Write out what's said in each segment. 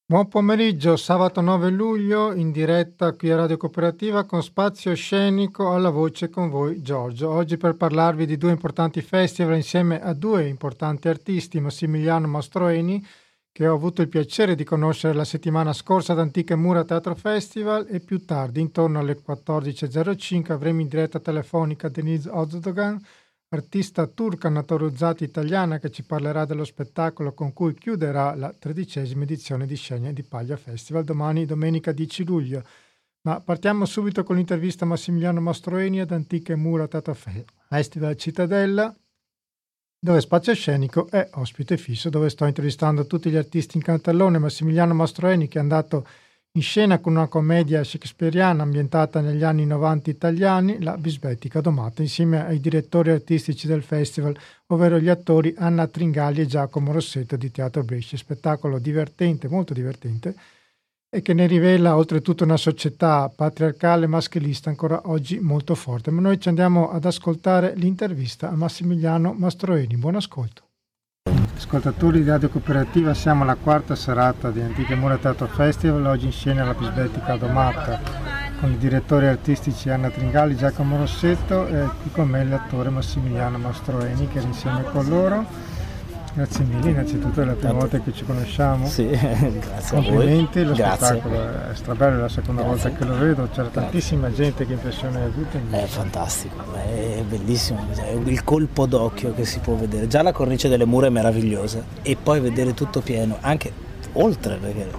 Buon pomeriggio, sabato 9 luglio in diretta qui a Radio Cooperativa con Spazio Scenico, alla voce con voi Giorgio. Oggi per parlarvi di due importanti festival insieme a due importanti artisti, Massimiliano Mastroeni, che ho avuto il piacere di conoscere la settimana scorsa ad Antiche Mura Teatro Festival, e più tardi, intorno alle 14.05, avremo in diretta telefonica Denise Ozdogan, artista turca naturalizzata italiana, che ci parlerà dello spettacolo con cui chiuderà la 13ª edizione di Scene di Paglia Festival domani, domenica 10 luglio. Ma partiamo subito con l'intervista a Massimiliano Mastroeni ad Antiche Mura Teatro Festival Cittadella, dove Spazio Scenico è ospite fisso, dove sto intervistando tutti gli artisti in cartellone. Massimiliano Mastroeni, che è andato in scena con una commedia shakespeariana ambientata negli anni 90 italiani, La bisbetica domata, insieme ai direttori artistici del festival, ovvero gli attori Anna Tringali e Giacomo Rossetto di Teatro Brescia. Spettacolo divertente, molto divertente, e che ne rivela oltretutto una società patriarcale maschilista ancora oggi molto forte. Ma noi ci andiamo ad ascoltare l'intervista a Massimiliano Mastroeni. Buon ascolto. Ascoltatori di Radio Cooperativa, siamo alla quarta serata di Antiche Mura Teatro Festival, oggi in scena La bisbetica domata con i direttori artistici Anna Tringali, Giacomo Rossetto e qui con me l'attore Massimiliano Mastroeni, che era insieme con loro. Grazie mille, innanzitutto è la prima volta che ci conosciamo. Sì, grazie. Complimenti, lo grazie. Spettacolo è strabello, è la seconda volta che lo vedo, c'era tantissima gente. Che impressione hai avuto? È fantastico, è bellissimo, è il colpo d'occhio che si può vedere, già la cornice delle mura è meravigliosa e poi vedere tutto pieno, anche oltre, perché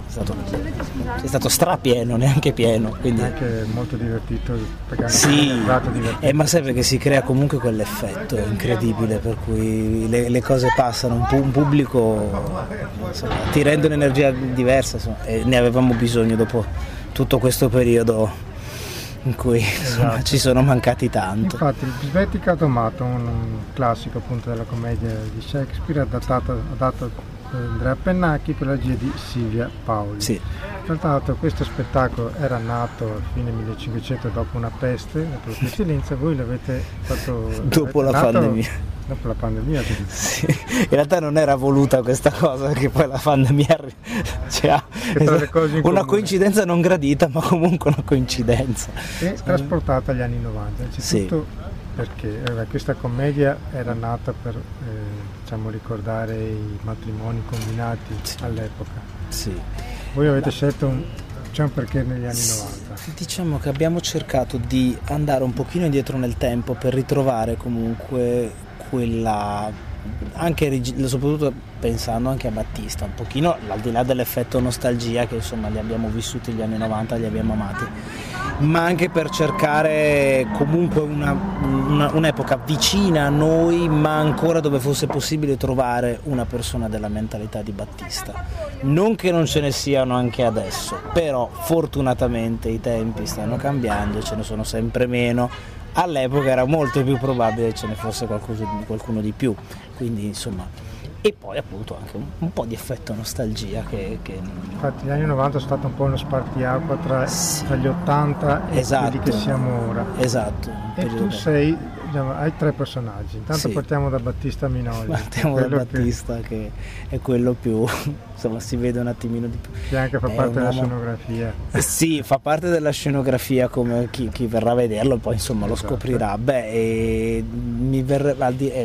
è stato strapieno, neanche pieno, quindi anche molto divertito, perché sì, divertito. Ma sai, perché si crea comunque quell'effetto incredibile per cui le cose passano, un pubblico, insomma, ti rende un'energia diversa, insomma, e ne avevamo bisogno dopo tutto questo periodo in cui insomma, ci sono mancati tanto. Infatti il Bisbetica domato, un classico appunto della commedia di Shakespeare, adatto Andrea Pennacchi per la regia di Silvia Paoli. Sì. Tra l'altro questo spettacolo era nato a fine 1500 dopo una peste, dopo la pestilenza. Voi l'avete fatto dopo la pandemia. Dopo la pandemia, sì. In realtà non era voluta questa cosa, perché poi la pandemia cioè, una coincidenza non gradita, ma comunque una coincidenza. E trasportata agli anni 90. Innanzitutto sì. Perché questa commedia era nata per ricordare i matrimoni combinati all'epoca. Sì. Voi avete scelto c'è un perché negli anni 90. Diciamo che abbiamo cercato di andare un pochino indietro nel tempo per ritrovare comunque quella, anche soprattutto pensando anche a Battista, un pochino al di là dell'effetto nostalgia che insomma li abbiamo vissuti gli anni 90, li abbiamo amati, ma anche per cercare comunque un'epoca vicina a noi, ma ancora dove fosse possibile trovare una persona della mentalità di Battista. Non che non ce ne siano anche adesso, però fortunatamente i tempi stanno cambiando e ce ne sono sempre meno. All'epoca era molto più probabile che ce ne fosse qualcuno di più, quindi insomma. E poi appunto anche un po' di effetto nostalgia che... Infatti gli anni 90 è stato un po' uno spartiacque tra gli 80 e quelli che siamo ora. Esatto. E tu hai tre personaggi. Intanto partiamo da Battista Minoli. Partiamo da Battista che è quello più, insomma, si vede un attimino di più. Che anche fa parte della scenografia. Sì, fa parte della scenografia, come chi verrà a vederlo poi insomma lo scoprirà. Mi verrà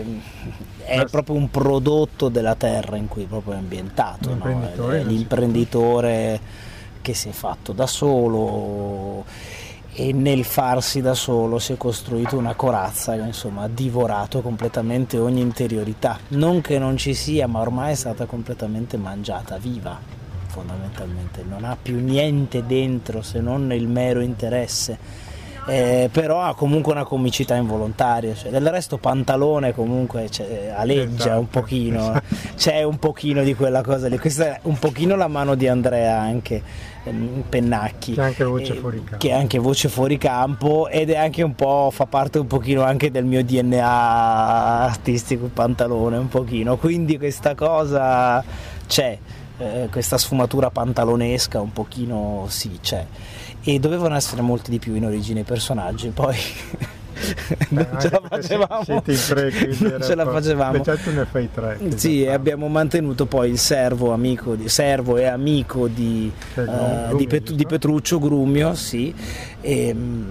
è proprio un prodotto della terra in cui proprio è ambientato, l'imprenditore che si è fatto da solo e nel farsi da solo si è costruito una corazza che insomma ha divorato completamente ogni interiorità, non che non ci sia, ma ormai è stata completamente mangiata viva, fondamentalmente non ha più niente dentro se non il mero interesse. Però ha comunque una comicità involontaria, cioè, del resto Pantalone comunque aleggia un pochino, c'è un pochino di quella cosa lì. Questa è un pochino la mano di Andrea anche Pennacchi, che è anche voce fuori campo, ed è anche un po', fa parte un pochino anche del mio DNA artistico, Pantalone un pochino, quindi questa cosa c'è, questa sfumatura pantalonesca un pochino sì c'è. E dovevano essere molti di più in origine i personaggi, poi non ce la facevamo, siete in tre, non ce la facevamo. Già tu ne fai tre. Sì, e abbiamo mantenuto poi il servo e amico di Petruccio Grumio, sì, e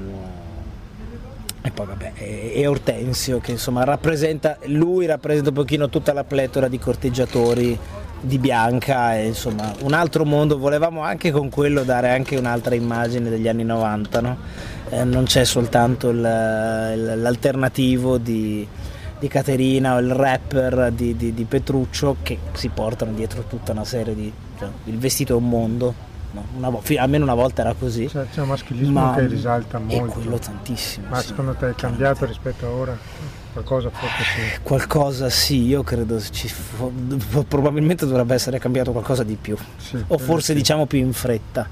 poi vabbè, e Ortensio, che insomma rappresenta un pochino tutta la pletora di corteggiatori di Bianca, e insomma un altro mondo. Volevamo anche con quello dare anche un'altra immagine degli anni 90, no? Non c'è soltanto l'alternativo di Caterina o il rapper di Petruccio, che si portano dietro tutta una serie il vestito è un mondo. No, almeno una volta era così. C'è un maschilismo che risalta molto. E quello tantissimo. Ma secondo te è cambiato rispetto a ora? Qualcosa forse sì. Qualcosa sì, io credo probabilmente dovrebbe essere cambiato qualcosa di più. Sì, o forse sì, diciamo più in fretta.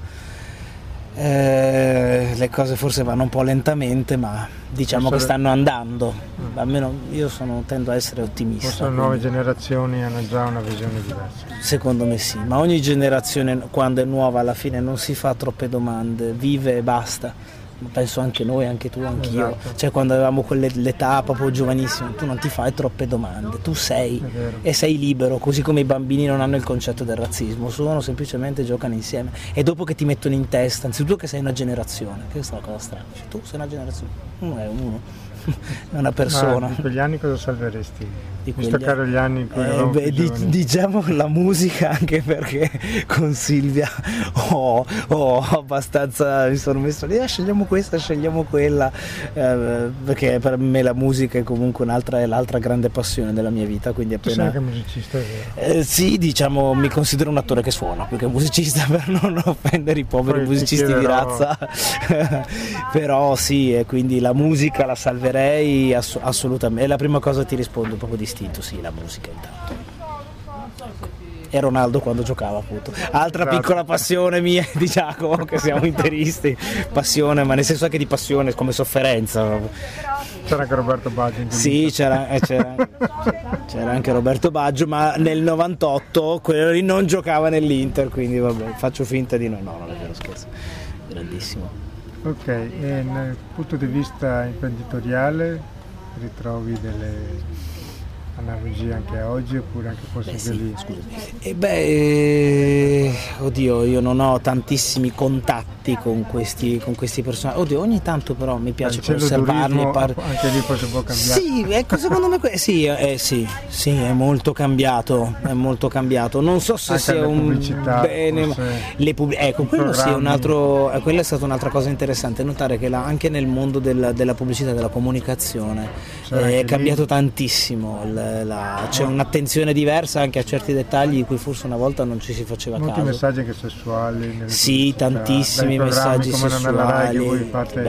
Le cose forse vanno un po' lentamente, ma diciamo che stanno andando. Almeno io tendo a essere ottimista. Forse le nuove generazioni hanno già una visione diversa. Secondo me sì, ma ogni generazione quando è nuova alla fine non si fa troppe domande, vive e basta. Penso anche noi, anche tu, anch'io. Esatto. Cioè quando avevamo l'età proprio giovanissima, tu non ti fai troppe domande, tu sei e sei libero, così come i bambini non hanno il concetto del razzismo, semplicemente giocano insieme. E dopo che ti mettono in testa, anzitutto che sei una generazione, questa è una cosa strana, cioè, tu sei una generazione, uno è uno, è una persona. Ma di quegli anni cosa salveresti? Visto che erano gli anni in cui diciamo la musica, anche perché con Silvia abbastanza mi sono messo lì, scegliamo questa, scegliamo quella, perché per me la musica è comunque l'altra grande passione della mia vita, quindi appena... Tu sei anche musicista, è vero? Sì, diciamo, mi considero un attore che suona più che musicista, per non offendere i poveri musicisti di razza. Però sì, e quindi la musica la salverei assolutamente. È la prima cosa, ti rispondo proprio distinto, sì, la musica intanto. E Ronaldo quando giocava, appunto. Altra piccola passione mia e di Giacomo, che siamo interisti. Passione, ma nel senso anche di passione, come sofferenza. C'era anche Roberto Baggio. Sì, c'era anche Roberto Baggio, ma nel 98 quello lì non giocava nell'Inter, quindi vabbè, faccio finta di no, non è vero, scherzo. Grandissimo. Ok, e dal punto di vista imprenditoriale ritrovi delle analogie anche a oggi, oppure anche forse sì, lì? Oddio, io non ho tantissimi contatti con questi personaggi. Oddio, ogni tanto però mi piace osservarli. Anche lì forse può cambiare. Sì, ecco, secondo me sì, è molto cambiato, Non so se anche sia un bene. Ecco, quello sì, quella è stata un'altra cosa interessante, notare che anche nel mondo della pubblicità e della comunicazione è cambiato tantissimo. C'è un'attenzione diversa anche a certi dettagli di cui forse una volta non ci si faceva molti caso. Molti messaggi anche sessuali. Sì, tantissimi messaggi sessuali.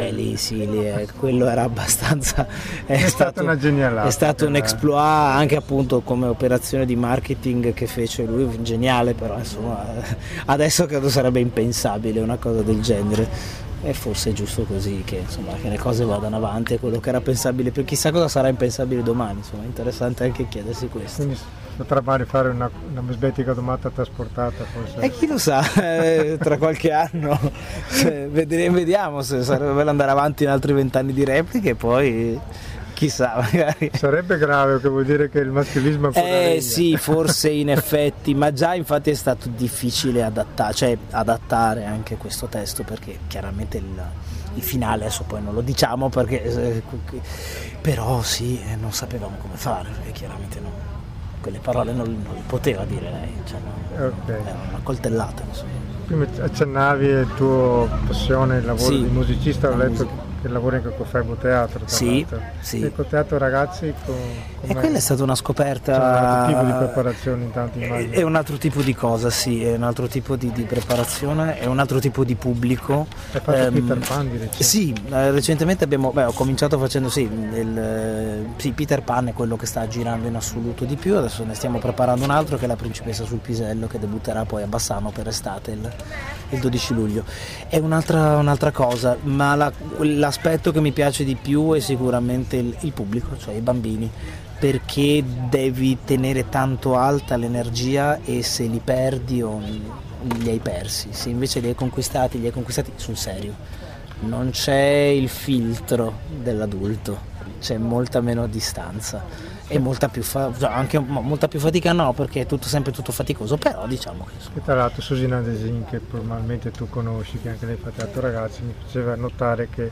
Quello era abbastanza. È stata una genialata. È stato un exploit anche appunto come operazione di marketing che fece lui, geniale, però insomma adesso credo sarebbe impensabile una cosa del genere. E forse è giusto così che le cose vadano avanti, è quello che era pensabile, per chissà cosa sarà impensabile domani, insomma è interessante anche chiedersi questo. Quindi potrà magari fare una mesbetica domata trasportata forse. E chi lo sa, tra qualche anno vediamo se sarebbe bello andare avanti in altri 20 anni di repliche e poi chissà, magari. Sarebbe grave, che vuol dire che il maschilismo è sì, forse in effetti, ma già infatti è stato difficile adattare anche questo testo, perché chiaramente il finale adesso poi non lo diciamo perché però sì, non sapevamo come fare, perché chiaramente quelle parole non le poteva dire lei, era una coltellata, insomma. Prima accennavi il tuo passione, il lavoro di musicista, ho letto che lavori anche con Febo Teatro. Sì. E con Teatro Ragazzi e quella è stata una scoperta. C'è un altro tipo di preparazione intanto, immagino. È un altro tipo di cosa, sì, è un altro tipo di preparazione, è un altro tipo di pubblico. Hai fatto Peter Pan di recente? Sì, recentemente ho cominciato facendo Peter Pan è quello che sta girando in assoluto di più, adesso ne stiamo preparando un altro che è La Principessa sul Pisello, che debutterà poi a Bassano per estate il 12 luglio. È un'altra cosa, ma l'aspetto che mi piace di più è sicuramente il pubblico, cioè i bambini, perché devi tenere tanto alta l'energia e se li perdi li hai persi, se invece li hai conquistati sul serio. non c'è il filtro dell'adulto, c'è molta meno distanza e molta più anche molta più fatica, no, perché è sempre tutto faticoso, però diciamo che... E tra l'altro Susina Desin, che probabilmente tu conosci, che anche lei fa teatro ragazzi, mi faceva notare che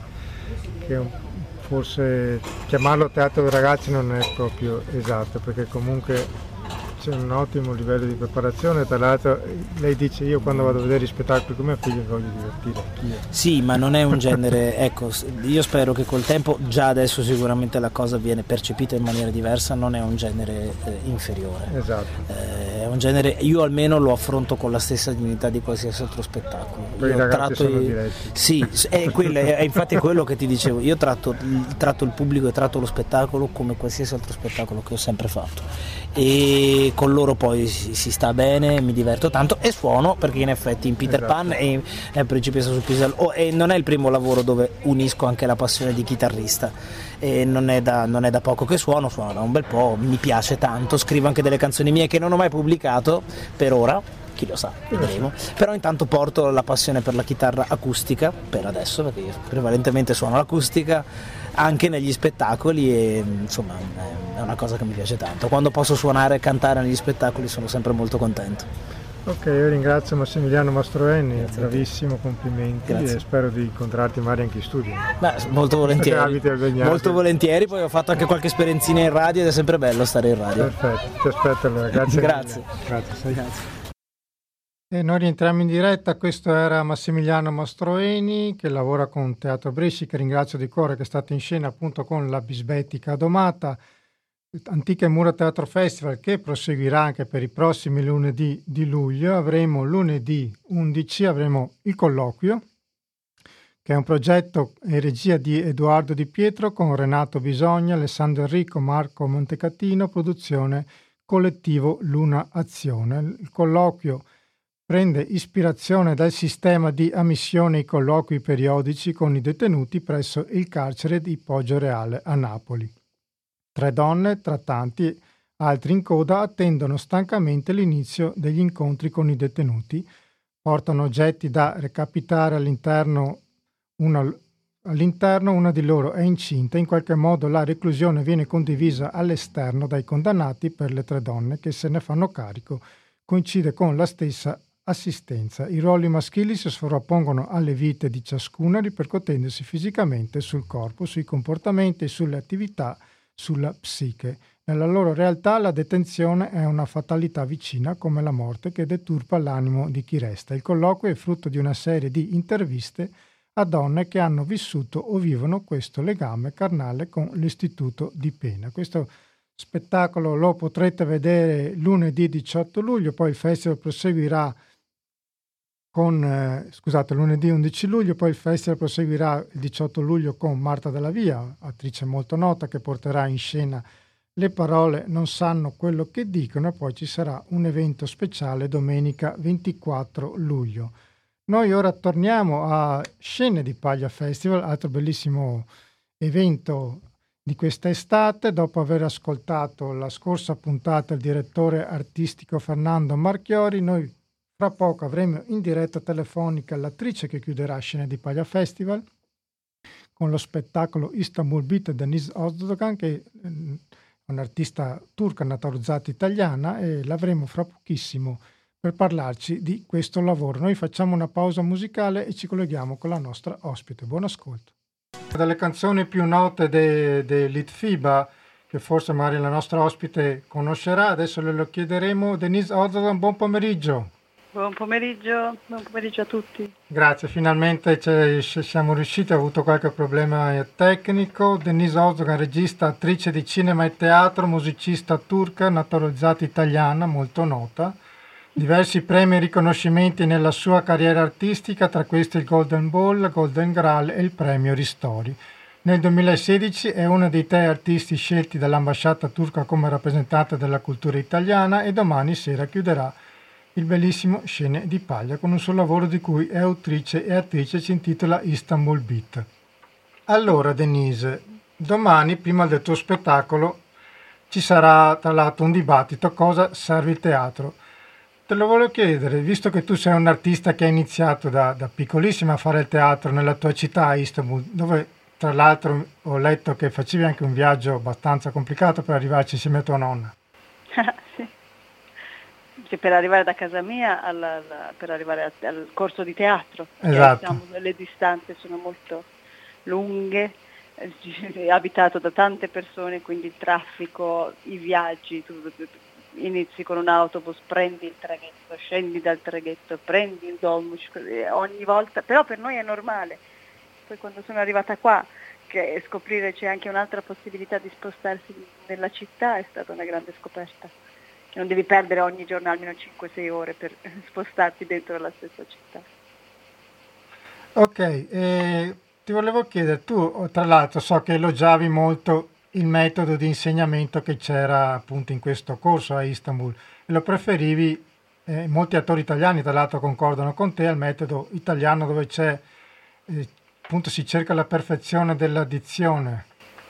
forse chiamarlo teatro ragazzi non è proprio esatto, perché comunque c'è un ottimo livello di preparazione. Tra l'altro lei dice: io quando vado a vedere gli spettacoli con mio figlio mi voglio divertire anch'io. Sì, ma non è un genere, ecco, io spero che col tempo, già adesso sicuramente la cosa viene percepita in maniera diversa, non è un genere inferiore. Esatto. È un genere, io almeno lo affronto con la stessa dignità di qualsiasi altro spettacolo. Poi i ragazzi sono diretti. Sì, è infatti quello che ti dicevo, io tratto il pubblico e tratto lo spettacolo come qualsiasi altro spettacolo che ho sempre fatto. E con loro poi si sta bene, mi diverto tanto e suono, perché in effetti in Peter Pan e nel Principessa sul Pisello e non è il primo lavoro dove unisco anche la passione di chitarrista, e non è da poco che suono da un bel po', mi piace tanto, scrivo anche delle canzoni mie che non ho mai pubblicato per ora, chi lo sa, vedremo, però intanto porto la passione per la chitarra acustica per adesso, perché io prevalentemente suono l'acustica anche negli spettacoli e insomma è una cosa che mi piace tanto. Quando posso suonare e cantare negli spettacoli sono sempre molto contento. Ok, io ringrazio Massimiliano Mastroeni, bravissimo, complimenti. Grazie. E spero di incontrarti magari anche in studio. Beh, molto volentieri, poi ho fatto anche qualche esperienzina in radio ed è sempre bello stare in radio. Perfetto, ti aspetto allora, grazie. Grazie. Grazie. E noi rientriamo in diretta, questo era Massimiliano Mastroeni che lavora con Teatro Bresci, che ringrazio di cuore, che è stato in scena appunto con la Bisbetica Domata, Antiche Mura Teatro Festival, che proseguirà anche per i prossimi lunedì di luglio. Avremo lunedì 11, avremo il colloquio, che è un progetto e regia di Edoardo Di Pietro con Renato Bisogna, Alessandro Enrico, Marco Montecatino, produzione collettivo Luna Azione. Il colloquio prende ispirazione dal sistema di ammissione ai colloqui periodici con i detenuti presso il carcere di Poggioreale a Napoli. 3 donne, tra tanti altri in coda, attendono stancamente l'inizio degli incontri con i detenuti, portano oggetti da recapitare all'interno, una di loro è incinta, in qualche modo la reclusione viene condivisa all'esterno dai condannati. Per le 3 donne che se ne fanno carico coincide con la stessa assistenza. I ruoli maschili si sovrappongono alle vite di ciascuna, ripercuotendosi fisicamente sul corpo, sui comportamenti, sulle attività, sulla psiche. Nella loro realtà la detenzione è una fatalità vicina come la morte che deturpa l'animo di chi resta. Il colloquio è frutto di una serie di interviste a donne che hanno vissuto o vivono questo legame carnale con l'istituto di pena. Questo spettacolo lo potrete vedere lunedì 18 luglio, poi il festival proseguirà lunedì 11 luglio, poi il festival proseguirà il 18 luglio con Marta Della Via, attrice molto nota, che porterà in scena Le parole non sanno quello che dicono, e poi ci sarà un evento speciale domenica 24 luglio. Noi ora torniamo a Scene di Paglia Festival, altro bellissimo evento di questa estate. Dopo aver ascoltato la scorsa puntata il direttore artistico Fernando Marchiori, noi fra poco avremo in diretta telefonica l'attrice che chiuderà Scene di Paglia Festival con lo spettacolo Istanbul Beat Deniz Özdogan, che è un'artista turca naturalizzata italiana, e l'avremo fra pochissimo per parlarci di questo lavoro. Noi facciamo una pausa musicale e ci colleghiamo con la nostra ospite. Buon ascolto. Delle canzoni più note di Litfiba, che forse magari la nostra ospite conoscerà, adesso le lo chiederemo. Deniz Özdogan, buon pomeriggio. Buon pomeriggio a tutti. Grazie, finalmente siamo riusciti, ho avuto qualche problema tecnico. Deniz Özdogan, regista, attrice di cinema e teatro, musicista turca, naturalizzata italiana, molto nota. Diversi premi e riconoscimenti nella sua carriera artistica, tra questi il Golden Ball, Golden Graal e il premio Ristori. Nel 2016 è uno dei 3 artisti scelti dall'ambasciata turca come rappresentante della cultura italiana, e domani sera chiuderà il bellissimo Scene di Paglia con un suo lavoro di cui è autrice e attrice, si intitola Istanbul Beat. Allora Denise, domani prima del tuo spettacolo ci sarà tra l'altro un dibattito: cosa serve il teatro? Te lo volevo chiedere, visto che tu sei un artista che ha iniziato da piccolissima a fare il teatro nella tua città, a Istanbul, dove tra l'altro ho letto che facevi anche un viaggio abbastanza complicato per arrivarci insieme a tua nonna. Sì. Sì, per arrivare da casa mia per arrivare al corso di teatro, che Esatto. le distanze sono molto lunghe, è abitato da tante persone, quindi il traffico, i viaggi, tu inizi con un autobus, prendi il traghetto, scendi dal traghetto, prendi il dolmuş, ogni volta, però per noi è normale. Poi quando sono arrivata qua, che scoprire c'è anche un'altra possibilità di spostarsi nella città è stata una grande scoperta. Non devi perdere ogni giorno almeno 5-6 ore per spostarti dentro la stessa città. Ok, ti volevo chiedere, tu tra l'altro so che elogiavi molto il metodo di insegnamento che c'era appunto in questo corso a Istanbul e lo preferivi, molti attori italiani tra l'altro concordano con te, al metodo italiano dove c'è, appunto si cerca la perfezione della dizione.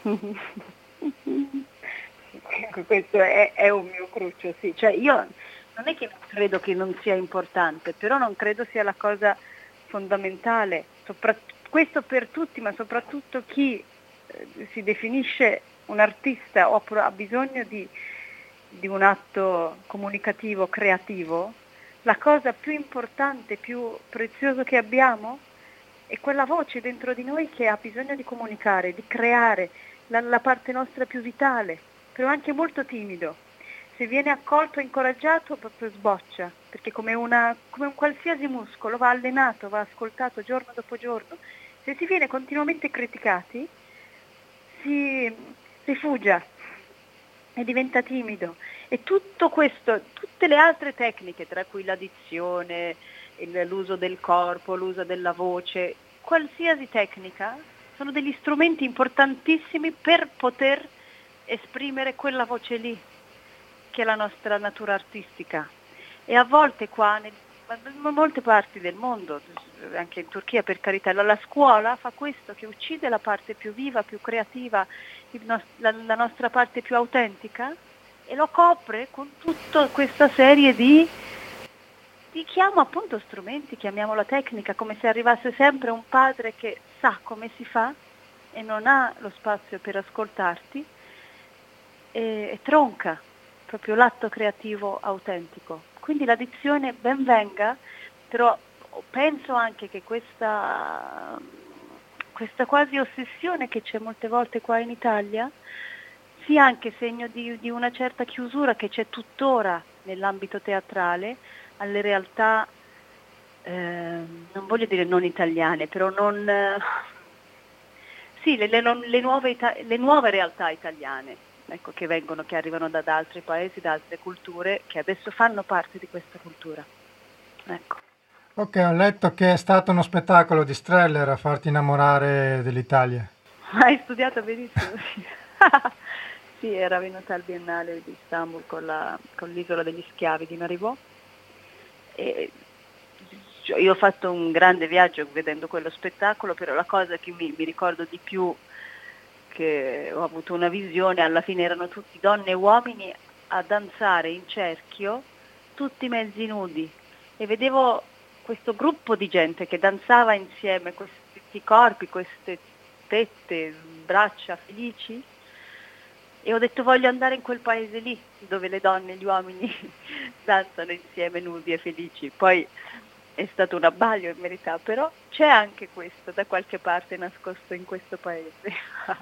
Questo è un mio cruccio, sì. Cioè io non è che credo che non sia importante, però non credo sia la cosa fondamentale, questo per tutti, ma soprattutto chi si definisce un artista o ha bisogno di un atto comunicativo, creativo. La cosa più importante, più preziosa che abbiamo è quella voce dentro di noi che ha bisogno di comunicare, di creare la parte nostra più vitale, però anche molto timido. Se viene accolto e incoraggiato proprio sboccia, perché come un qualsiasi muscolo va allenato, va ascoltato giorno dopo giorno. Se si viene continuamente criticati, si rifugia e diventa timido. E tutto questo, tutte le altre tecniche, tra cui la dizione, l'uso del corpo, l'uso della voce, qualsiasi tecnica, sono degli strumenti importantissimi per poter esprimere quella voce lì, che è la nostra natura artistica. E a volte qua, in molte parti del mondo, anche in Turchia per carità, la scuola fa questo, che uccide la parte più viva, più creativa, la nostra parte più autentica, e lo copre con tutta questa serie di chiamo appunto strumenti, chiamiamola tecnica, come se arrivasse sempre un padre che sa come si fa e non ha lo spazio per ascoltarti e tronca proprio l'atto creativo autentico. Quindi la dizione ben venga, però penso anche che questa quasi ossessione che c'è molte volte qua in Italia sia anche segno di una certa chiusura che c'è tuttora nell'ambito teatrale alle realtà, non voglio dire non italiane, però non sì, le nuove realtà italiane, ecco, che arrivano da altri paesi, da altre culture, che adesso fanno parte di questa cultura. Ecco. Ok, ho letto che è stato uno spettacolo di Streller a farti innamorare dell'Italia. Hai studiato benissimo. Sì, era venuta al Biennale di Istanbul con l'Isola degli Schiavi di Marivaux. E io ho fatto un grande viaggio vedendo quello spettacolo, però la cosa che mi ricordo di più, che ho avuto una visione, alla fine erano tutti donne e uomini a danzare in cerchio, tutti mezzi nudi, e vedevo questo gruppo di gente che danzava insieme, questi corpi, queste tette, braccia felici, e ho detto voglio andare in quel paese lì, dove le donne e gli uomini danzano insieme nudi e felici. Poi è stato un abbaglio in verità, però c'è anche questo da qualche parte nascosto in questo paese.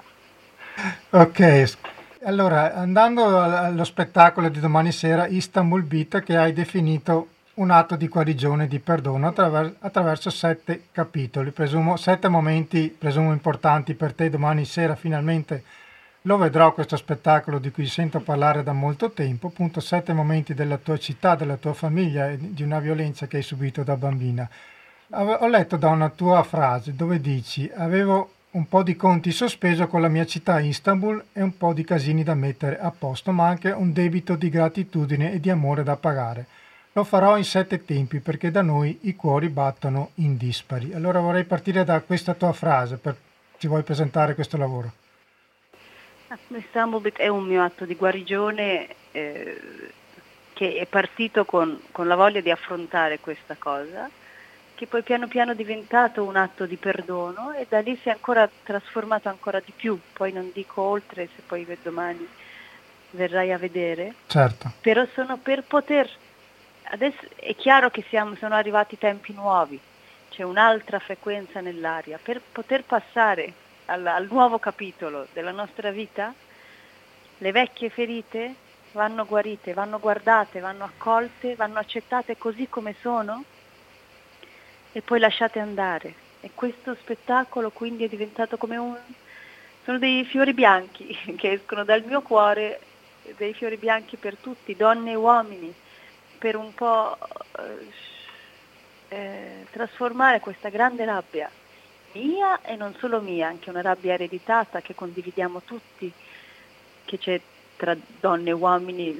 Ok, allora andando allo spettacolo di domani sera, Istanbul Beat, che hai definito un atto di guarigione e di perdono attraverso 7 capitoli, 7 momenti presumo importanti per te. Domani sera finalmente lo vedrò questo spettacolo di cui sento parlare da molto tempo, appunto 7 momenti della tua città, della tua famiglia e di una violenza che hai subito da bambina. Ho letto da una tua frase dove dici: avevo un po' di conti sospeso con la mia città Istanbul e un po' di casini da mettere a posto, ma anche un debito di gratitudine e di amore da pagare. Lo farò in 7 tempi perché da noi i cuori battono in dispari. Allora vorrei partire da questa tua frase, ci vuoi presentare questo lavoro? Istanbul è un mio atto di guarigione, che è partito con la voglia di affrontare questa cosa, che poi piano piano è diventato un atto di perdono e da lì si è ancora trasformato ancora di più. Poi non dico oltre, se poi domani verrai a vedere. Certo. Però sono per poter, adesso è chiaro che sono arrivati tempi nuovi, c'è un'altra frequenza nell'aria, per poter passare al nuovo capitolo della nostra vita, le vecchie ferite vanno guarite, vanno guardate, vanno accolte, vanno accettate così come sono e poi lasciate andare. E questo spettacolo quindi è diventato come sono dei fiori bianchi che escono dal mio cuore, dei fiori bianchi per tutti, donne e uomini, per un po' trasformare questa grande rabbia mia e non solo mia, anche una rabbia ereditata che condividiamo tutti, che c'è tra donne e uomini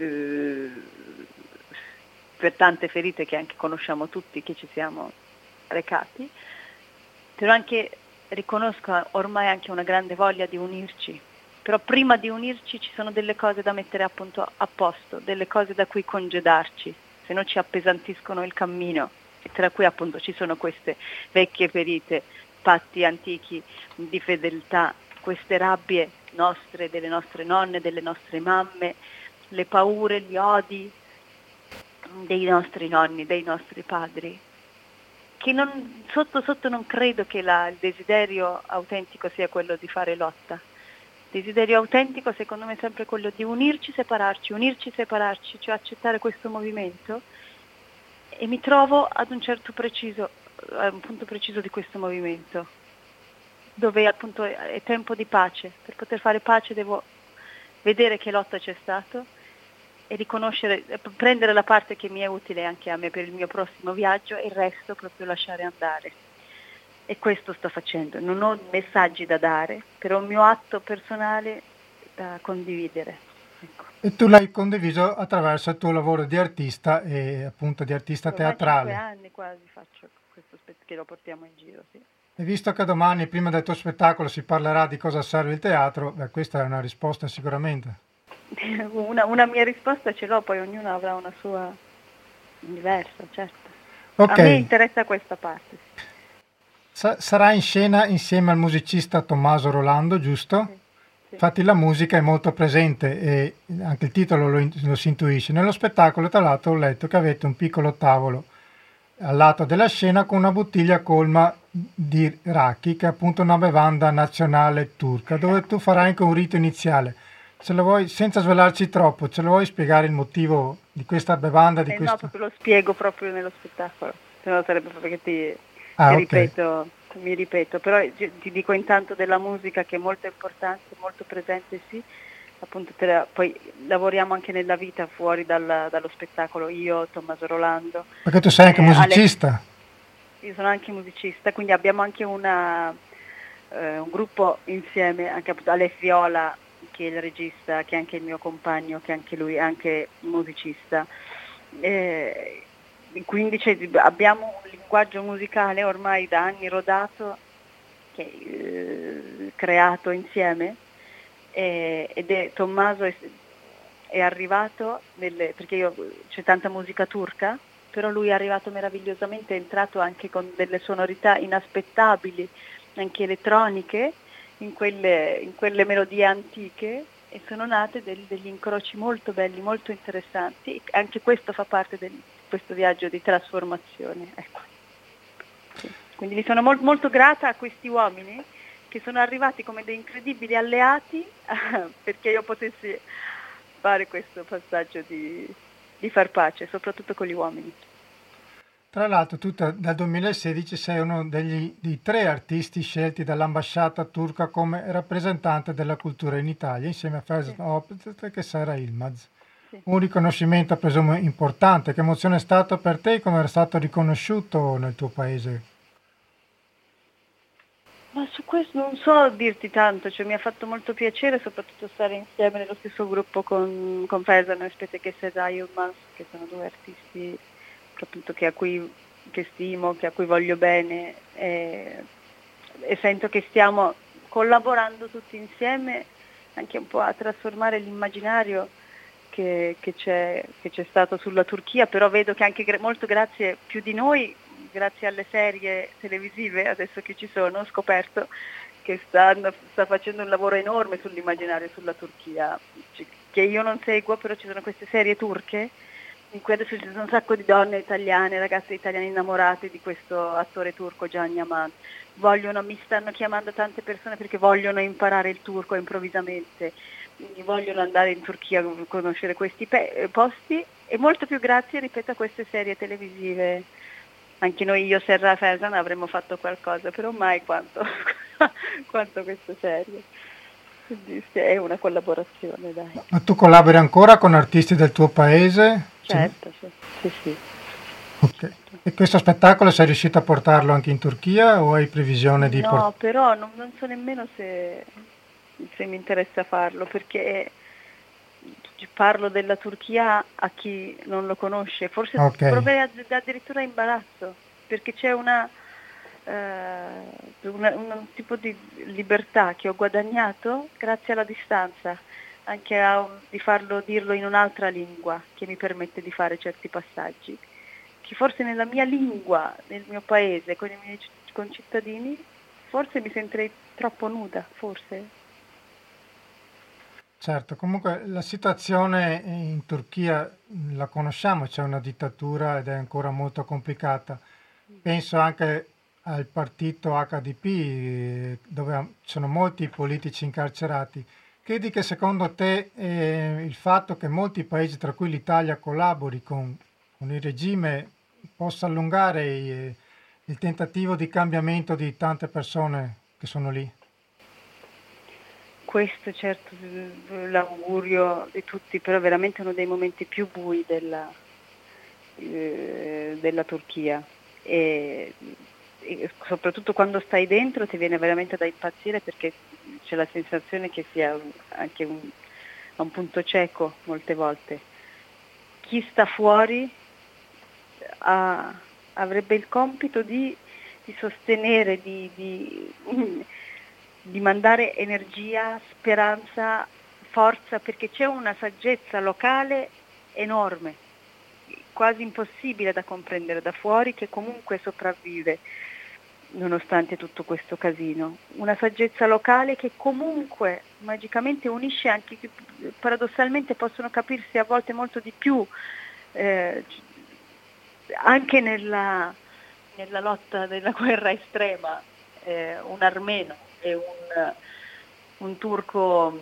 per tante ferite che anche conosciamo tutti, che ci siamo recati, però anche riconosco ormai anche una grande voglia di unirci. Però prima di unirci ci sono delle cose da mettere appunto a posto, delle cose da cui congedarci, se no ci appesantiscono il cammino, e tra cui appunto ci sono queste vecchie ferite, patti antichi di fedeltà, queste rabbie nostre, delle nostre nonne, delle nostre mamme, le paure, gli odi dei nostri nonni, dei nostri padri, che sotto sotto non credo che il desiderio autentico sia quello di fare lotta. Il desiderio autentico secondo me è sempre quello di unirci, separarci, cioè accettare questo movimento, e mi trovo ad un punto preciso di questo movimento, dove appunto è tempo di pace. Per poter fare pace devo vedere che lotta c'è stato e riconoscere, prendere la parte che mi è utile anche a me per il mio prossimo viaggio e il resto proprio lasciare andare. E questo sto facendo, non ho messaggi da dare, però un mio atto personale da condividere. Ecco. E tu l'hai condiviso attraverso il tuo lavoro di artista e appunto di artista Ormai teatrale. 5 anni quasi faccio questo che lo portiamo in giro, sì. E visto che domani, prima del tuo spettacolo, si parlerà di cosa serve il teatro, questa è una risposta sicuramente. Una mia risposta ce l'ho, poi ognuno avrà una sua diversa, certo. Ok. A me interessa questa parte. Sarà in scena insieme al musicista Tommaso Rolando, giusto? Sì. Infatti la musica è molto presente e anche il titolo lo si intuisce. Nello spettacolo, tra l'altro, ho letto che avete un piccolo tavolo al lato della scena con una bottiglia colma di raki, che è appunto una bevanda nazionale turca, dove tu farai anche un rito iniziale. Se lo vuoi, senza svelarci troppo, ce lo vuoi spiegare il motivo di questa bevanda? No, proprio lo spiego proprio nello spettacolo, se no sarebbe proprio che okay. mi ripeto, però ti dico intanto della musica che è molto importante, molto presente, sì, appunto poi lavoriamo anche nella vita fuori dallo spettacolo, io, Tommaso Rolando. Perché tu sei anche musicista? Io sono anche musicista, quindi abbiamo anche un gruppo insieme, anche appunto Alef Viola, che è il regista, che è anche il mio compagno, che anche lui è anche musicista. Quindi abbiamo un linguaggio musicale ormai da anni rodato, che creato insieme, ed è Tommaso è arrivato perché c'è tanta musica turca, però lui è arrivato meravigliosamente, è entrato anche con delle sonorità inaspettabili, anche elettroniche, in quelle melodie antiche, e sono nate degli incroci molto belli, molto interessanti. Anche questo fa parte di questo viaggio di trasformazione. Ecco. Sì. Quindi mi sono molto grata a questi uomini che sono arrivati come dei incredibili alleati perché io potessi fare questo passaggio di far pace, soprattutto con gli uomini. Tra l'altro tu dal 2016 sei uno dei 3 artisti scelti dall'ambasciata turca come rappresentante della cultura in Italia, insieme a Ferzan Opet e Sara Yilmaz. Sì. Un riconoscimento presumo importante. Che emozione è stato per te, come era stato riconosciuto nel tuo paese? Ma su questo non so dirti tanto, cioè mi ha fatto molto piacere soprattutto stare insieme nello stesso gruppo con Ferzan e Sara Yilmaz, che sono 2 artisti appunto che stimo, a cui voglio bene, e sento che stiamo collaborando tutti insieme anche un po' a trasformare l'immaginario che c'è stato sulla Turchia, però vedo che anche molto grazie, più di noi, grazie alle serie televisive, adesso che ci sono, ho scoperto che sta facendo un lavoro enorme sull'immaginario sulla Turchia, che io non seguo, però ci sono queste serie turche in cui adesso ci sono un sacco di donne italiane, ragazze italiane innamorate di questo attore turco Can Yaman. Mi stanno chiamando tante persone perché vogliono imparare il turco improvvisamente, quindi vogliono andare in Turchia a conoscere questi posti, e molto più grazie, ripeto, a queste serie televisive. Anche noi, io, Serra e Fesan, avremmo fatto qualcosa, però mai quanto queste serie. Quindi è una collaborazione, dai. Ma tu collabori ancora con artisti del tuo paese? Certo, sì. Ok. E questo spettacolo sei riuscito a portarlo anche in Turchia o hai previsione di No, però non so nemmeno se mi interessa farlo, perché parlo della Turchia a chi non lo conosce, forse proverei addirittura imbarazzo, perché c'è un tipo di libertà che ho guadagnato grazie alla distanza, anche di dirlo in un'altra lingua che mi permette di fare certi passaggi, che forse nella mia lingua, nel mio paese, con i miei concittadini, forse mi sentirei troppo nuda, forse. Certo, comunque la situazione in Turchia la conosciamo, c'è una dittatura ed è ancora molto complicata. Penso anche al partito HDP, dove ci sono molti politici incarcerati. Credi che secondo te il fatto che molti paesi, tra cui l'Italia, collabori con il regime possa allungare il tentativo di cambiamento di tante persone che sono lì? Questo certo, l'augurio di tutti, però veramente uno dei momenti più bui della Turchia, e soprattutto quando stai dentro ti viene veramente da impazzire, perché c'è la sensazione che sia anche a un punto cieco molte volte. Chi sta fuori avrebbe il compito di sostenere, di mandare energia, speranza, forza, perché c'è una saggezza locale enorme, quasi impossibile da comprendere da fuori, che comunque sopravvive nonostante tutto questo casino. Una saggezza locale che comunque magicamente unisce, anche che paradossalmente possono capirsi a volte molto di più, anche nella lotta della guerra estrema, un armeno e un turco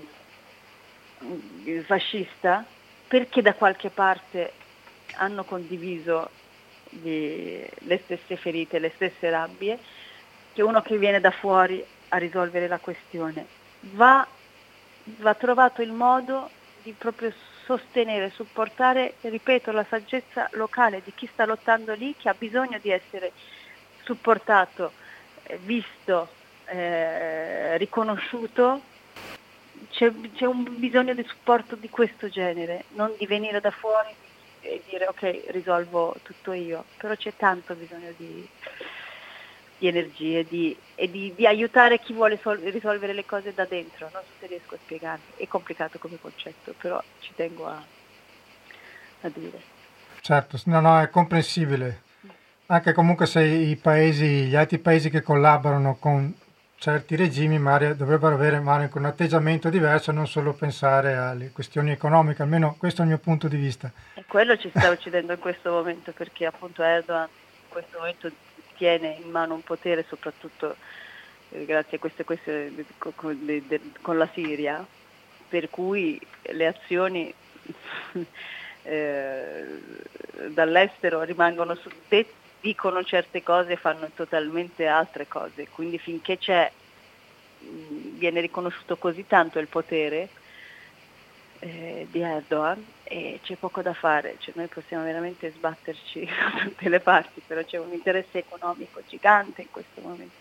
fascista, perché da qualche parte hanno condiviso le stesse ferite, le stesse rabbie, che uno che viene da fuori a risolvere la questione va trovato il modo di proprio sostenere, supportare, ripeto, la saggezza locale di chi sta lottando lì, che ha bisogno di essere supportato, visto, riconosciuto. C'è un bisogno di supporto di questo genere, non di venire da fuori e dire ok, risolvo tutto io, però c'è tanto bisogno di energie e di aiutare chi vuole risolvere le cose da dentro. Non so se riesco a spiegarmi, è complicato come concetto, però ci tengo a dire. Certo, no, è comprensibile. Anche comunque se gli altri paesi che collaborano con certi regimi magari dovrebbero avere anche un atteggiamento diverso e non solo pensare alle questioni economiche, almeno questo è il mio punto di vista. E quello ci sta uccidendo in questo momento, perché appunto Erdogan in questo momento tiene in mano un potere, soprattutto grazie a queste questioni con la Siria, per cui le azioni dall'estero rimangono dicono certe cose e fanno totalmente altre cose, quindi finché viene riconosciuto così tanto il potere di Erdogan, e c'è poco da fare, cioè noi possiamo veramente sbatterci da tutte le parti, però c'è un interesse economico gigante in questo momento.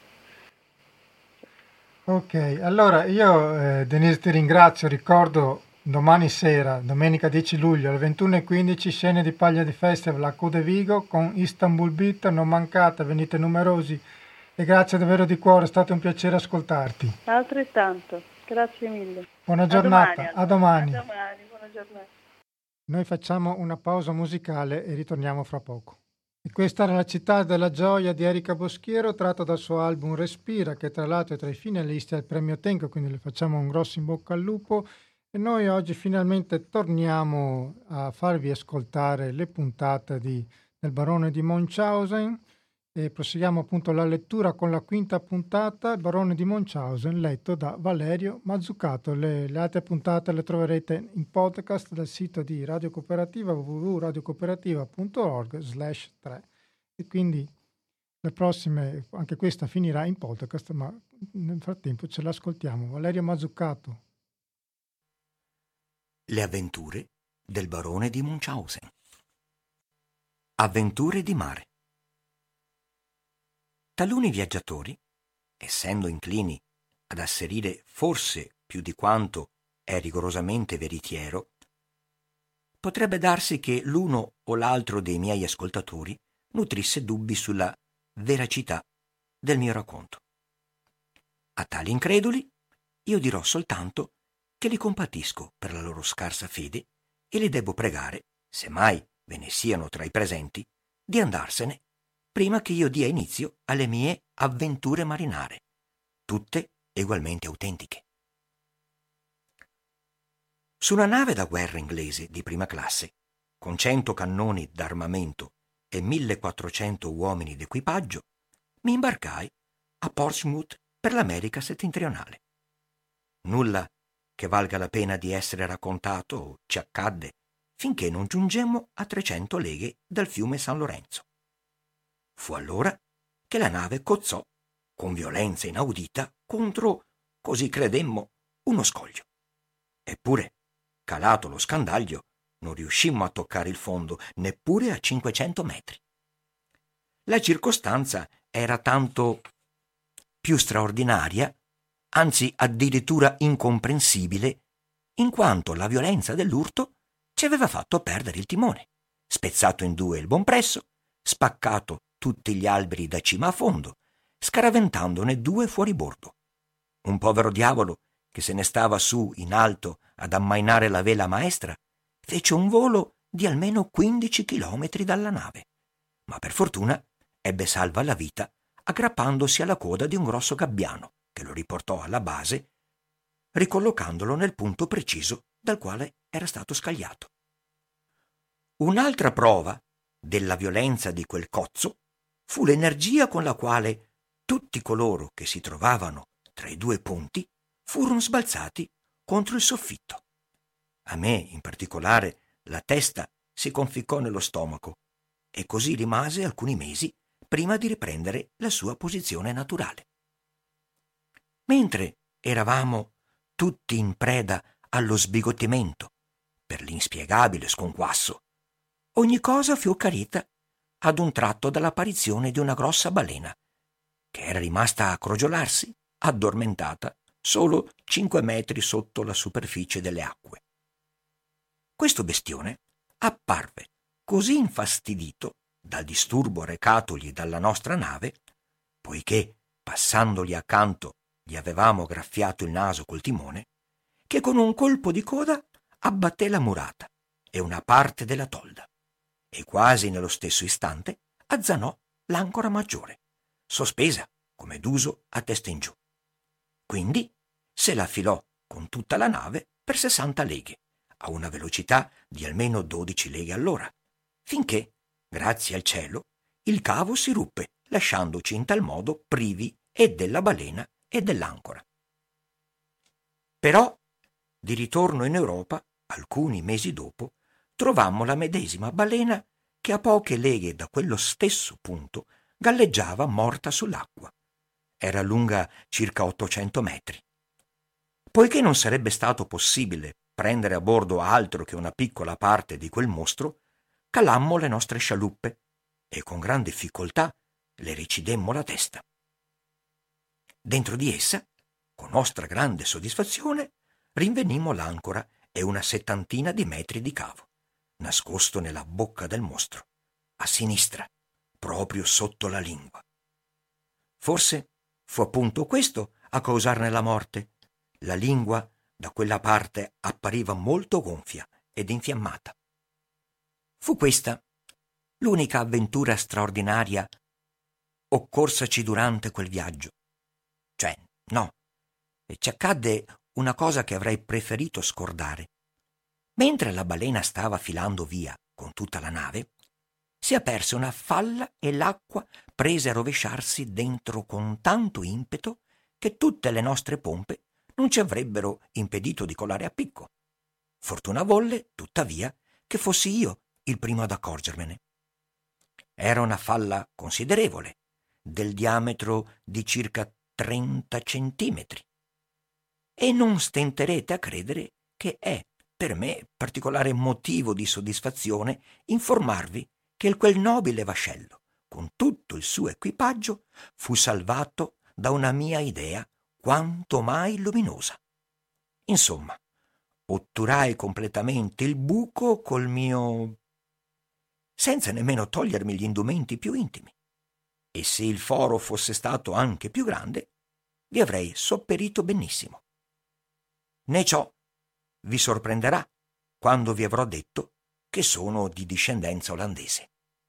Ok, allora io Denise ti ringrazio, ricordo domani sera, domenica 10 luglio alle 21:15, scene di Paglia di Festival a Cude Vigo con Istanbul Beat, non mancate, venite numerosi e grazie davvero di cuore, è stato un piacere ascoltarti. Altrettanto, grazie mille. Buona giornata, a domani. A domani, buona giornata. Noi facciamo una pausa musicale e ritorniamo fra poco. E questa era La città della gioia di Erika Boschiero, tratto dal suo album Respira, che tra l'altro è tra i finalisti al premio Tenco, quindi le facciamo un grosso in bocca al lupo. E noi oggi finalmente torniamo a farvi ascoltare le puntate del Barone di Munchausen e proseguiamo appunto la lettura con la quinta puntata, Il Barone di Munchausen, letto da Valerio Mazzucato. Le altre puntate le troverete in podcast dal sito di Radio Cooperativa www.radiocooperativa.org/3 e quindi le prossime, anche questa finirà in podcast, ma nel frattempo ce l'ascoltiamo. Valerio Mazzucato. Le avventure del Barone di Munchausen. Avventure di mare. Taluni viaggiatori, essendo inclini ad asserire forse più di quanto è rigorosamente veritiero, potrebbe darsi che l'uno o l'altro dei miei ascoltatori nutrisse dubbi sulla veracità del mio racconto. A tali increduli io dirò soltanto che li compatisco per la loro scarsa fede e li debbo pregare, se mai ve ne siano tra i presenti, di andarsene prima che io dia inizio alle mie avventure marinare, tutte ugualmente autentiche. Su una nave da guerra inglese di prima classe, con 100 cannoni d'armamento e 1400 uomini d'equipaggio, mi imbarcai a Portsmouth per l'America settentrionale. Nulla che valga la pena di essere raccontato ci accadde finché non giungemmo a 300 leghe dal fiume San Lorenzo. Fu allora che la nave cozzò con violenza inaudita contro, così credemmo, uno scoglio. Eppure, calato lo scandaglio, non riuscimmo a toccare il fondo neppure a 500 metri. La circostanza era tanto più straordinaria, anzi addirittura incomprensibile, in quanto la violenza dell'urto ci aveva fatto perdere il timone, spezzato in due il bompresso, spaccato tutti gli alberi da cima a fondo, scaraventandone 2 fuori bordo. Un povero diavolo che se ne stava su in alto ad ammainare la vela maestra fece un volo di almeno 15 chilometri dalla nave, ma per fortuna ebbe salva la vita aggrappandosi alla coda di un grosso gabbiano che lo riportò alla base, ricollocandolo nel punto preciso dal quale era stato scagliato. Un'altra prova della violenza di quel cozzo fu l'energia con la quale tutti coloro che si trovavano tra i 2 punti furono sbalzati contro il soffitto. A me, in particolare, la testa si conficcò nello stomaco e così rimase alcuni mesi prima di riprendere la sua posizione naturale. Mentre eravamo tutti in preda allo sbigottimento per l'inspiegabile sconquasso, ogni cosa fu chiarita ad un tratto dall'apparizione di una grossa balena, che era rimasta a crogiolarsi, addormentata, solo 5 metri sotto la superficie delle acque. Questo bestione apparve così infastidito dal disturbo recatogli dalla nostra nave, poiché, passandogli accanto, gli avevamo graffiato il naso col timone, che con un colpo di coda abbatté la murata e una parte della tolda, e quasi nello stesso istante azzanò l'ancora maggiore, sospesa, come d'uso, a testa in giù. Quindi se la filò con tutta la nave per 60 leghe, a una velocità di almeno 12 leghe all'ora, finché, grazie al cielo, il cavo si ruppe, lasciandoci in tal modo privi e della balena e dell'ancora. Però, di ritorno in Europa, alcuni mesi dopo, trovammo la medesima balena che a poche leghe da quello stesso punto galleggiava morta sull'acqua. Era lunga circa 800 metri. Poiché non sarebbe stato possibile prendere a bordo altro che una piccola parte di quel mostro, calammo le nostre scialuppe e con gran difficoltà le recidemmo la testa. Dentro di essa, con nostra grande soddisfazione, rinvenimmo l'ancora e una 70 di metri di cavo, nascosto nella bocca del mostro, a sinistra, proprio sotto la lingua. Forse fu appunto questo a causarne la morte. La lingua da quella parte appariva molto gonfia ed infiammata, Fu questa l'unica avventura straordinaria occorsaci durante quel viaggio. Cioè, no, ci accadde una cosa che avrei preferito scordare. Mentre la balena stava filando via con tutta la nave, si aperse una falla e l'acqua prese a rovesciarsi dentro con tanto impeto che tutte le nostre pompe non ci avrebbero impedito di colare a picco. Fortuna volle, tuttavia, che fossi io il primo ad accorgermene. Era una falla considerevole, del diametro di circa 30 centimetri. E non stenterete a credere che è per me particolare motivo di soddisfazione informarvi che quel nobile vascello, con tutto il suo equipaggio, fu salvato da una mia idea quanto mai luminosa. Insomma, otturai completamente il buco col mio... senza nemmeno togliermi gli indumenti più intimi. E se il foro fosse stato anche più grande, vi avrei sopperito benissimo. Né ciò vi sorprenderà quando vi avrò detto che sono di discendenza olandese.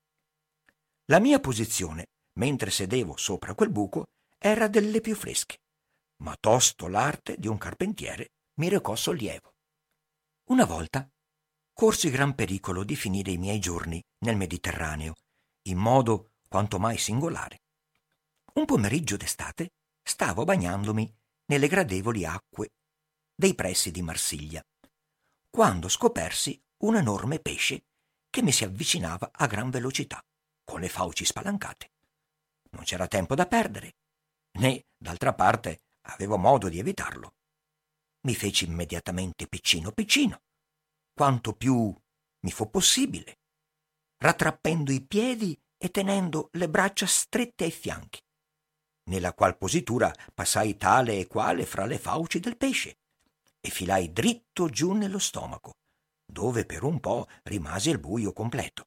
La mia posizione, mentre sedevo sopra quel buco, era delle più fresche, ma tosto l'arte di un carpentiere mi recò sollievo. Una volta corsi gran pericolo di finire i miei giorni nel Mediterraneo, in modo quanto mai singolare. Un pomeriggio d'estate stavo bagnandomi nelle gradevoli acque dei pressi di Marsiglia, quando scopersi un enorme pesce che mi si avvicinava a gran velocità, con le fauci spalancate. Non c'era tempo da perdere, né, d'altra parte, avevo modo di evitarlo. Mi feci immediatamente piccino, quanto più mi fu possibile, rattrappendo i piedi e tenendo le braccia strette ai fianchi, nella qual positura passai tale e quale fra le fauci del pesce e filai dritto giù nello stomaco, dove per un po' rimase il buio completo,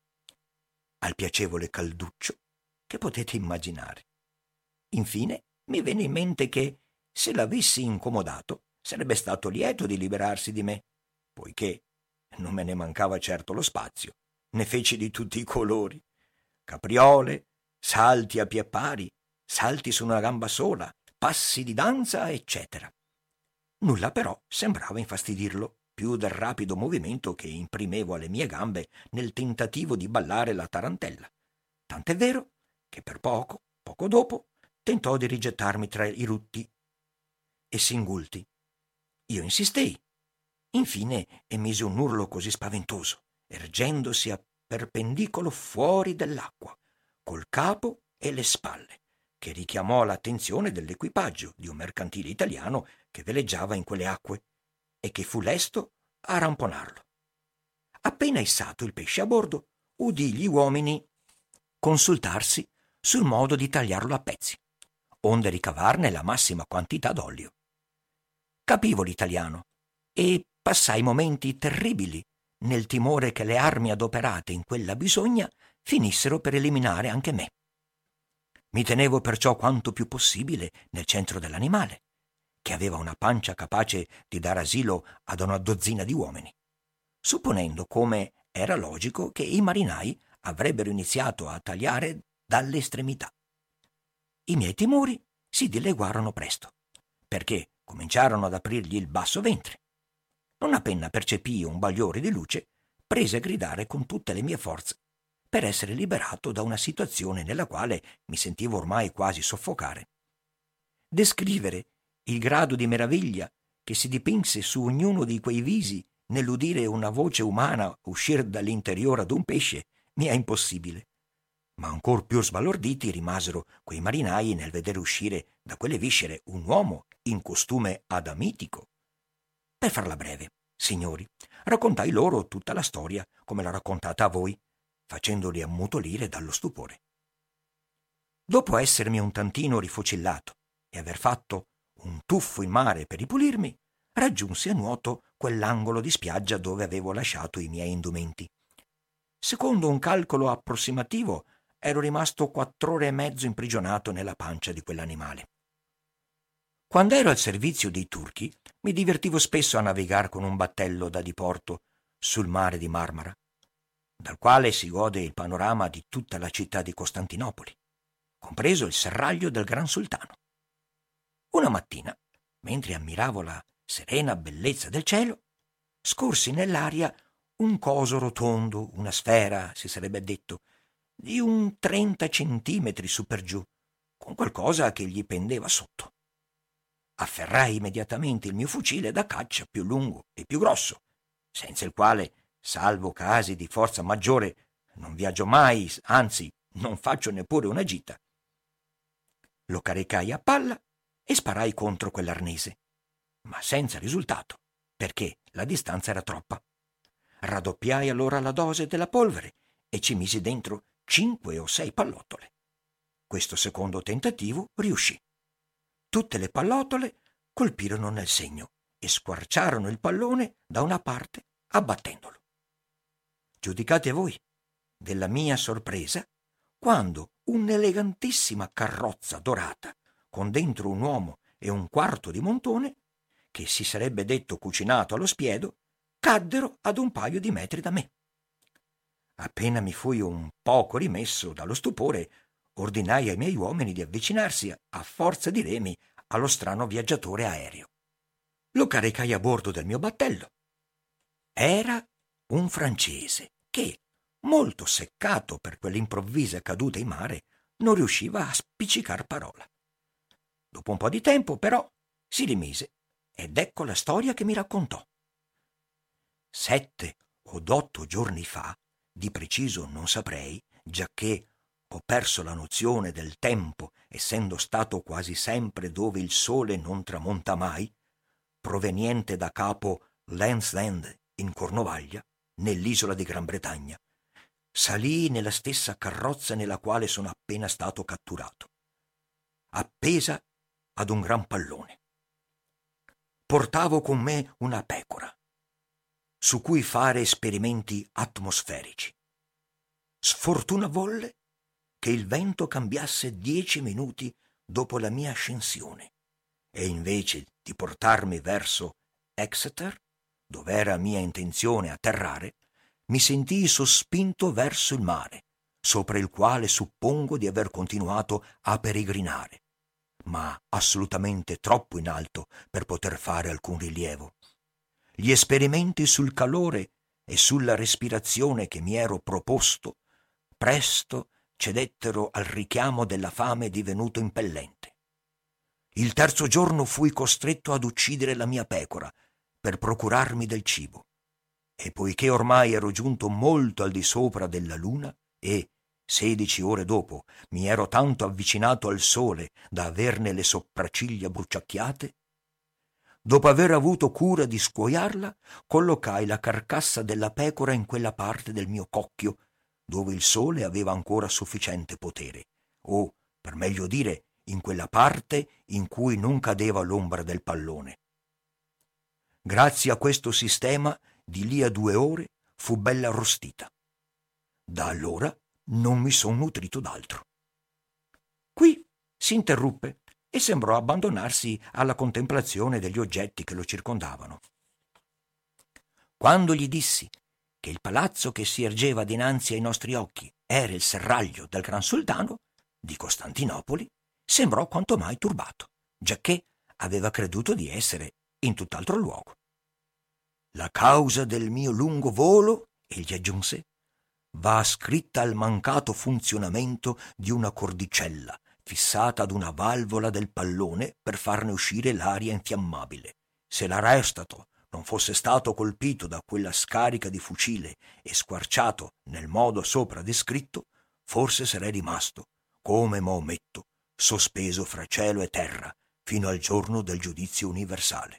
al piacevole calduccio che potete immaginare. Infine mi venne in mente che, se l'avessi incomodato, sarebbe stato lieto di liberarsi di me, poiché non me ne mancava certo lo spazio. Ne feci di tutti i colori: capriole, salti a piè pari, salti su una gamba sola, passi di danza, eccetera. Nulla però sembrava infastidirlo più del rapido movimento che imprimevo alle mie gambe nel tentativo di ballare la tarantella. Tant'è vero che per poco dopo, tentò di rigettarmi tra i rutti e singulti. Io insistei. Infine emise un urlo così spaventoso, ergendosi a perpendicolo fuori dell'acqua, col capo e le spalle, che richiamò l'attenzione dell'equipaggio di un mercantile italiano che veleggiava in quelle acque e che fu lesto a ramponarlo. Appena issato il pesce a bordo, udì gli uomini consultarsi sul modo di tagliarlo a pezzi, onde ricavarne la massima quantità d'olio. Capivo l'italiano e passai momenti terribili nel timore che le armi adoperate in quella bisogna finissero per eliminare anche me. Mi tenevo perciò quanto più possibile nel centro dell'animale, che aveva una pancia capace di dar asilo ad una dozzina di uomini, supponendo, come era logico, che i marinai avrebbero iniziato a tagliare dalle estremità. I miei timori si dileguarono presto, perché cominciarono ad aprirgli il basso ventre. Non appena percepii un bagliore di luce, prese a gridare con tutte le mie forze per essere liberato da una situazione nella quale mi sentivo ormai quasi soffocare. Descrivere il grado di meraviglia che si dipinse su ognuno di quei visi nell'udire una voce umana uscire dall'interiore ad un pesce mi è impossibile. Ma ancor più sbalorditi rimasero quei marinai nel vedere uscire da quelle viscere un uomo in costume adamitico. Per farla breve, signori, raccontai loro tutta la storia come l'ho raccontata a voi, facendoli ammutolire dallo stupore. Dopo essermi un tantino rifocillato e aver fatto un tuffo in mare per ripulirmi, raggiunsi a nuoto quell'angolo di spiaggia dove avevo lasciato i miei indumenti. Secondo un calcolo approssimativo, ero rimasto 4 ore e mezzo imprigionato nella pancia di quell'animale. Quando ero al servizio dei turchi, mi divertivo spesso a navigare con un battello da diporto sul mare di Marmara. dal quale si gode il panorama di tutta la città di Costantinopoli, compreso il serraglio del Gran Sultano. Una mattina, mentre ammiravo la serena bellezza del cielo, scorsi nell'aria un coso rotondo, una sfera, si sarebbe detto, di un 30 centimetri su per giù, con qualcosa che gli pendeva sotto. Afferrai immediatamente il mio fucile da caccia più lungo e più grosso, senza il quale, salvo casi di forza maggiore, non viaggio mai, anzi non faccio neppure una gita. Lo caricai a palla e sparai contro quell'arnese, ma senza risultato, perché la distanza era troppa. Raddoppiai allora la dose della polvere e ci misi dentro 5 o 6 pallottole. Questo secondo tentativo riuscì. Tutte le pallottole colpirono nel segno e squarciarono il pallone da una parte abbattendolo. Giudicate voi della mia sorpresa quando un'elegantissima carrozza dorata con dentro un uomo e un quarto di montone, che si sarebbe detto cucinato allo spiedo, caddero ad un paio di metri da me. Appena mi fui un poco rimesso dallo stupore, ordinai ai miei uomini di avvicinarsi a forza di remi allo strano viaggiatore aereo. Lo caricai a bordo del mio battello. Era un francese che, molto seccato per quell'improvvisa caduta in mare, non riusciva a spiccicar parola. Dopo un po' di tempo, però, si rimise ed ecco la storia che mi raccontò. 7 o 8 giorni fa, di preciso non saprei, giacché ho perso la nozione del tempo, essendo stato quasi sempre dove il sole non tramonta mai, proveniente da capo Land's End in Cornovaglia, nell'isola di Gran Bretagna, salii nella stessa carrozza nella quale sono appena stato catturato, appesa ad un gran pallone. Portavo con me una pecora, su cui fare esperimenti atmosferici. Sfortuna volle che il vento cambiasse 10 minuti dopo la mia ascensione e invece di portarmi verso Exeter, dove era mia intenzione atterrare, mi sentii sospinto verso il mare, sopra il quale suppongo di aver continuato a peregrinare, ma assolutamente troppo in alto per poter fare alcun rilievo. Gli esperimenti sul calore e sulla respirazione che mi ero proposto presto cedettero al richiamo della fame divenuto impellente. Il terzo giorno fui costretto ad uccidere la mia pecora per procurarmi del cibo, e poiché ormai ero giunto molto al di sopra della luna e, 16 ore dopo, mi ero tanto avvicinato al sole da averne le sopracciglia bruciacchiate, dopo aver avuto cura di scuoiarla, collocai la carcassa della pecora in quella parte del mio cocchio dove il sole aveva ancora sufficiente potere, o, per meglio dire, in quella parte in cui non cadeva l'ombra del pallone. Grazie a questo sistema, di lì a 2 ore fu bella arrostita. Da allora non mi son nutrito d'altro. Qui si interruppe e sembrò abbandonarsi alla contemplazione degli oggetti che lo circondavano. Quando gli dissi che il palazzo che si ergeva dinanzi ai nostri occhi era il serraglio del Gran Sultano di Costantinopoli, sembrò quanto mai turbato, giacché aveva creduto di essere in tutt'altro luogo. La causa del mio lungo volo, egli aggiunse, va ascritta al mancato funzionamento di una cordicella fissata ad una valvola del pallone per farne uscire l'aria infiammabile. Se l'arrestato non fosse stato colpito da quella scarica di fucile e squarciato nel modo sopra descritto, forse sarei rimasto, come Maometto, sospeso fra cielo e terra fino al giorno del giudizio universale.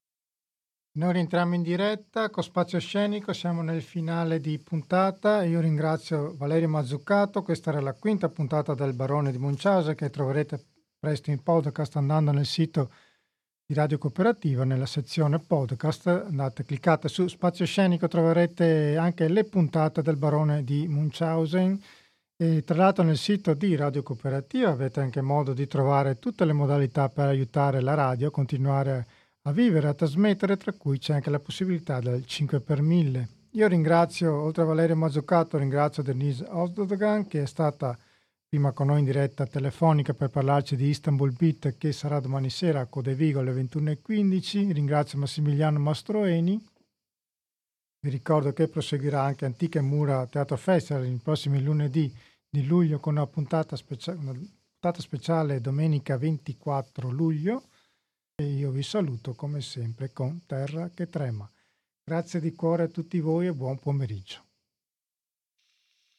Noi rientriamo in diretta con Spazio Scenico, siamo nel finale di puntata. Io ringrazio Valerio Mazzucato, questa era la 5ª puntata del Barone di Munchausen che troverete presto in podcast andando nel sito di Radio Cooperativa, nella sezione podcast, andate, cliccate su Spazio Scenico, troverete anche le puntate del Barone di Munchausen. E tra l'altro nel sito di Radio Cooperativa avete anche modo di trovare tutte le modalità per aiutare la radio a continuare a vivere, a trasmettere, tra cui c'è anche la possibilità del 5 per 1000. Io ringrazio, oltre a Valerio Mazzucato, ringrazio Denise Osdogan, che è stata prima con noi in diretta telefonica per parlarci di Istanbul Beat, che sarà domani sera a Codevigo alle 21:15. Ringrazio Massimiliano Mastroeni. Vi ricordo che proseguirà anche Antiche Mura Teatro Festival il prossimi lunedì di luglio con una puntata speciale domenica 24 luglio. E io vi saluto come sempre con Terra che trema. Grazie di cuore a tutti voi e buon pomeriggio.